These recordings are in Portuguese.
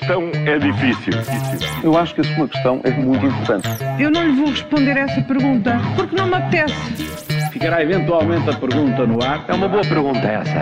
questão é difícil. Eu acho que a sua questão é muito importante. Eu não lhe vou responder essa pergunta porque não me apetece. Ficará eventualmente a pergunta no ar. É uma boa pergunta essa.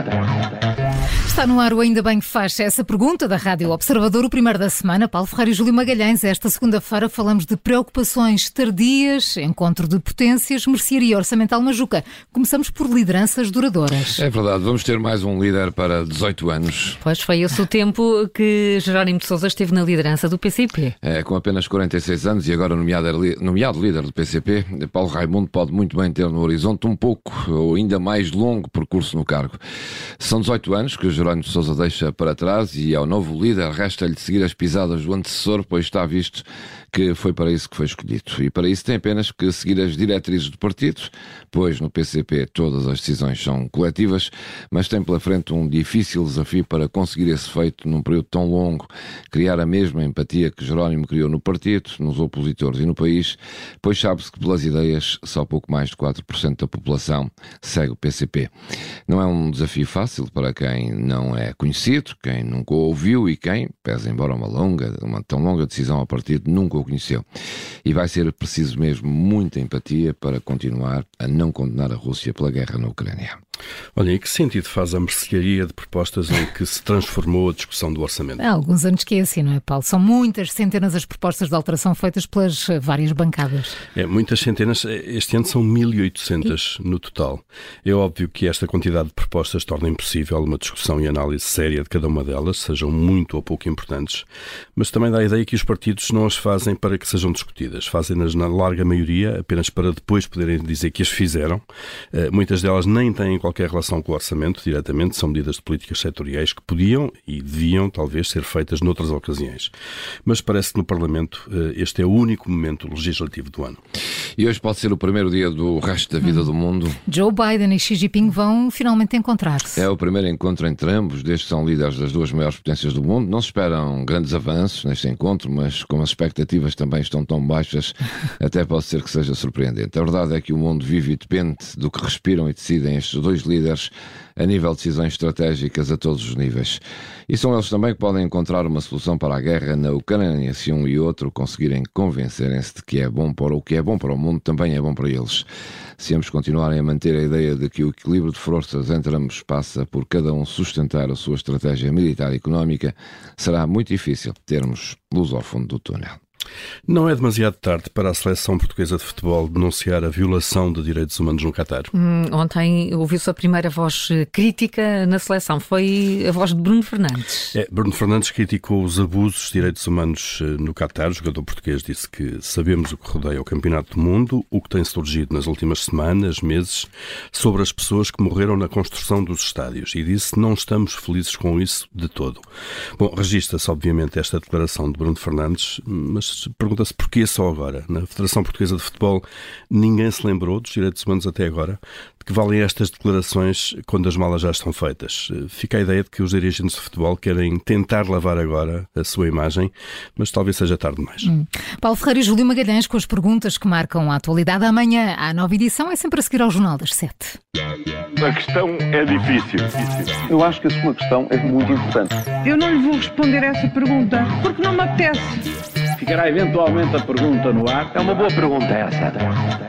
Está no ar o Ainda Bem que Faz essa pergunta da Rádio Observador, o primeiro da semana. Paulo Ferreira e Júlio Magalhães. Esta segunda-feira falamos de preocupações tardias, encontro de potências, mercearia orçamental majuca. Começamos por lideranças duradouras. É verdade, vamos ter mais um líder para 18 anos. Pois foi esse o tempo que Jerónimo de Sousa esteve na liderança do PCP. Com apenas 46 anos e agora nomeado líder do PCP, Paulo Raimundo pode muito bem ter no horizonte um pouco ou ainda mais longo percurso no cargo. São 18 anos que Jerónimo de Sousa deixa para trás e ao novo líder resta-lhe seguir as pisadas do antecessor, pois está visto que foi para isso que foi escolhido. E para isso tem apenas que seguir as diretrizes do partido, pois no PCP todas as decisões são coletivas, mas tem pela frente um difícil desafio para conseguir esse feito num período tão longo, criar a mesma empatia que Jerónimo criou no partido, nos opositores e no país, pois sabe-se que pelas ideias só pouco mais de 4% da população segue o PCP. Não é um desafio fácil para quem não é conhecido, quem nunca o ouviu e quem, pese embora uma tão longa decisão ao partido, nunca o conheceu. E vai ser preciso mesmo muita empatia para continuar a não condenar a Rússia pela guerra na Ucrânia. Olha, em que sentido faz a mercearia de propostas em que se transformou a discussão do orçamento? Há alguns anos que é assim, não é, Paulo? São muitas centenas as propostas de alteração feitas pelas várias bancadas. Muitas centenas. Este ano são 1.800 no total. É óbvio que esta quantidade de propostas torna impossível uma discussão e análise séria de cada uma delas, sejam muito ou pouco importantes, mas também dá a ideia que os partidos não as fazem para que sejam discutidas, fazem-nas na larga maioria apenas para depois poderem dizer que as fizeram. Muitas delas nem têm qualquer relação com o orçamento diretamente, são medidas de políticas setoriais que podiam e deviam talvez ser feitas noutras ocasiões. Mas parece que no Parlamento este é o único momento legislativo do ano. E hoje pode ser o primeiro dia do resto da vida do mundo. Joe Biden e Xi Jinping vão finalmente encontrar-se. É o primeiro encontro entre ambos, desde que são líderes das duas maiores potências do mundo. Não se esperam grandes avanços neste encontro, mas como as expectativas também estão tão baixas, até pode ser que seja surpreendente. A verdade é que o mundo vive e depende do que respiram e decidem estes dois líderes a nível de decisões estratégicas a todos os níveis. E são eles também que podem encontrar uma solução para a guerra na Ucrânia, se um e outro conseguirem convencerem-se de que é bom para o que é bom para o mundo, também é bom para eles. Se ambos continuarem a manter a ideia de que o equilíbrio de forças entre ambos passa por cada um sustentar a sua estratégia militar e económica, será muito difícil termos luz ao fundo do túnel. Não é demasiado tarde para a seleção portuguesa de futebol denunciar a violação de direitos humanos no Qatar? Ontem ouviu-se a primeira voz crítica na seleção. Foi a voz de Bruno Fernandes. Bruno Fernandes criticou os abusos de direitos humanos no Qatar. O jogador português disse que sabemos o que rodeia o Campeonato do Mundo, o que tem surgido nas últimas semanas, meses, sobre as pessoas que morreram na construção dos estádios. E disse: não estamos felizes com isso de todo. Bom, registra-se obviamente esta declaração de Bruno Fernandes, mas pergunta-se porquê só agora. Na Federação Portuguesa de Futebol ninguém se lembrou dos direitos humanos até agora. De que valem estas declarações quando as malas já estão feitas? Fica a ideia de que os dirigentes de futebol querem tentar lavar agora a sua imagem, mas talvez seja tarde demais. Paulo Ferreira e Júlio Magalhães com as perguntas que marcam a atualidade. Amanhã, à nova edição, é sempre a seguir ao Jornal das 7. A questão é difícil. Eu acho que a sua questão é muito importante. Eu não lhe vou responder essa pergunta porque não me apetece. Ficará eventualmente a pergunta no ar. É uma boa pergunta essa.